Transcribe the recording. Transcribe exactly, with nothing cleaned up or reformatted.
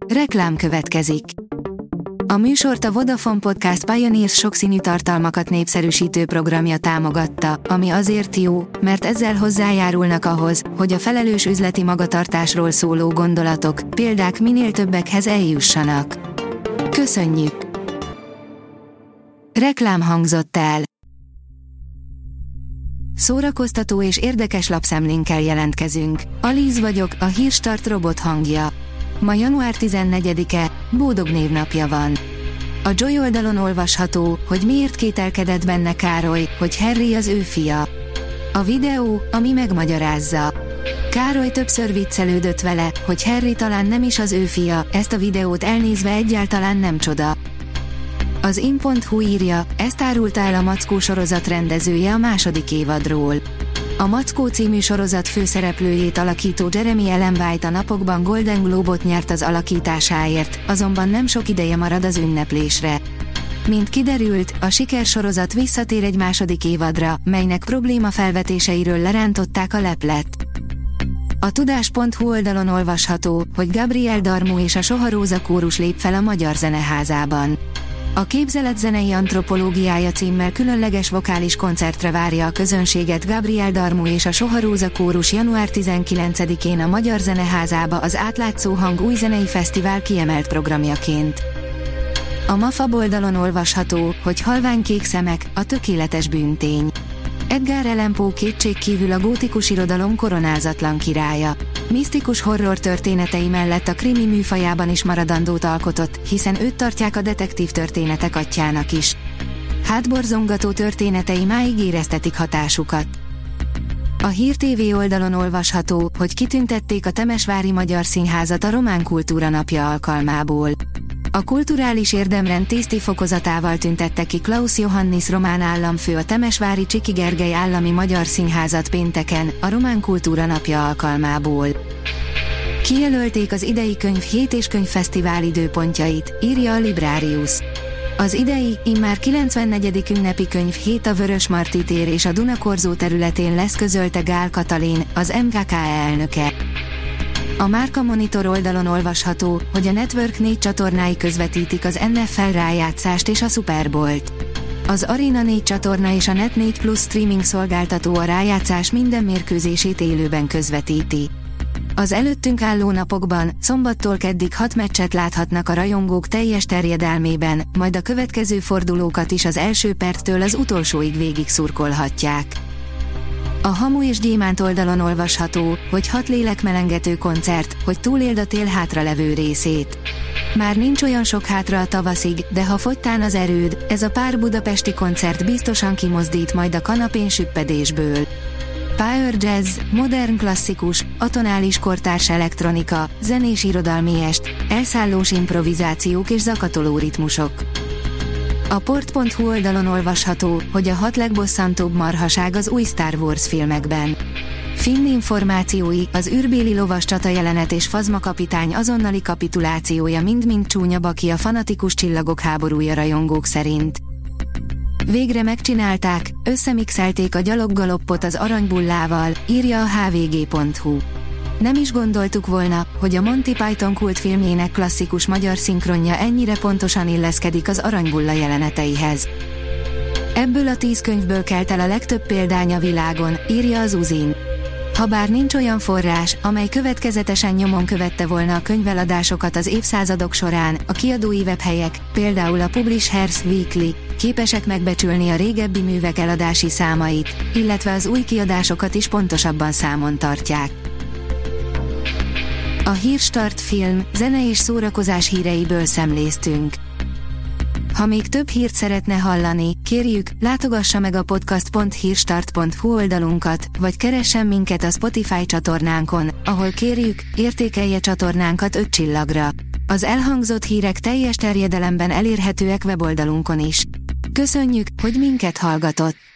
Reklám következik. A műsort a Vodafone Podcast Pioneers sokszínű tartalmakat népszerűsítő programja támogatta, ami azért jó, mert ezzel hozzájárulnak ahhoz, hogy a felelős üzleti magatartásról szóló gondolatok, példák minél többekhez eljussanak. Köszönjük! Reklám hangzott el. Szórakoztató és érdekes lapszemlénkkel jelentkezünk. Alíz vagyok, a Hírstart robot hangja. Ma január tizennegyedike, Bódog névnapja van. A Joy oldalon olvasható, hogy miért kételkedett benne Károly, hogy Harry az ő fia. A videó, ami megmagyarázza. Károly többször viccelődött vele, hogy Harry talán nem is az ő fia, ezt a videót elnézve egyáltalán nem csoda. Az in pont hu írja, ezt árulta el a Mackó sorozat rendezője a második évadról. A Mackó című sorozat főszereplőjét alakító Jeremy Allen White a napokban Golden Globe-ot nyert az alakításáért, azonban nem sok ideje marad az ünneplésre. Mint kiderült, a sikersorozat visszatér egy második évadra, melynek probléma felvetéseiről lerántották a leplet. A tudás pont hu oldalon olvasható, hogy Gabriel Darmú és a Soha Róza kórus lép fel a Magyar Zeneházában. A Képzelet zenei antropológiája címmel különleges vokális koncertre várja a közönséget Gabriel Darmú és a Soha Róza kórus január tizenkilencedikén a Magyar Zeneházába az Átlátszó Hang új zenei fesztivál kiemelt programjaként. A MAFA oldalon olvasható, hogy halványkék szemek, a tökéletes bűntény. Edgar Allan Poe kétségkívül a gótikus irodalom koronázatlan királya. Misztikus horror történetei mellett a krimi műfajában is maradandót alkotott, hiszen őt tartják a detektív történetek atyjának is. Hátborzongató történetei máig éreztetik hatásukat. A Hír té vé oldalon olvasható, hogy kitüntették a Temesvári Magyar Színházat a Román Kultúra Napja alkalmából. A kulturális érdemrend tiszti fokozatával tüntette ki Klaus Johannis román államfő a temesvári Csiki Gergely Állami Magyar Színházat pénteken, a Román Kultúra Napja alkalmából. Kijelölték az idei könyv hét és könyvfesztivál időpontjait, írja a Librarius. Az idei, immár kilencvennegyedik ünnepi könyv hét a Vörösmarty tér és a Dunakorzó területén lesz, közölte Gál Katalin, az em ká ká e elnöke. A Márka Monitor oldalon olvasható, hogy a Network négy csatornái közvetítik az en ef el rájátszást és a Super Bowl-t. Az Arena négy csatorna és a Net négy Plus streaming szolgáltató a rájátszás minden mérkőzését élőben közvetíti. Az előttünk álló napokban, szombattól keddig hat meccset láthatnak a rajongók teljes terjedelmében, majd a következő fordulókat is az első perctől az utolsóig végig szurkolhatják. A Hamu és Gyémánt oldalon olvasható, hogy hat lélekmelengető koncert, hogy túléld a tél hátralevő részét. Már nincs olyan sok hátra a tavaszig, de ha fogytán az erőd, ez a pár budapesti koncert biztosan kimozdít majd a kanapén süppedésből. Power jazz, modern klasszikus, atonális kortárs elektronika, zenés irodalmi est, elszállós improvizációk és zakatoló ritmusok. A port pont hu oldalon olvasható, hogy a hat legbosszantóbb marhaság az új Star Wars filmekben. Finn információi, az űrbéli lovas csata jelenet és Fazma kapitány azonnali kapitulációja mind-mind csúnya baki a fanatikus csillagok háborúja rajongók szerint. Végre megcsinálták, összemixelték a gyaloggaloppot az aranybullával, írja a há vé gé pont hu. Nem is gondoltuk volna, hogy a Monty Python kultfilmjének klasszikus magyar szinkronja ennyire pontosan illeszkedik az aranybulla jeleneteihez. Ebből a tíz könyvből kelt el a legtöbb példány a világon, írja az Uzin. Habár nincs olyan forrás, amely következetesen nyomon követte volna a könyveladásokat az évszázadok során, a kiadói webhelyek, például a Publishers Weekly, képesek megbecsülni a régebbi művek eladási számait, illetve az új kiadásokat is pontosabban számon tartják. A Hírstart film, zene és szórakozás híreiből szemléztünk. Ha még több hírt szeretne hallani, kérjük, látogassa meg a podcast pont hírstart pont hu oldalunkat, vagy keressen minket a Spotify csatornánkon, ahol kérjük, értékelje csatornánkat öt csillagra. Az elhangzott hírek teljes terjedelemben elérhetőek weboldalunkon is. Köszönjük, hogy minket hallgatott!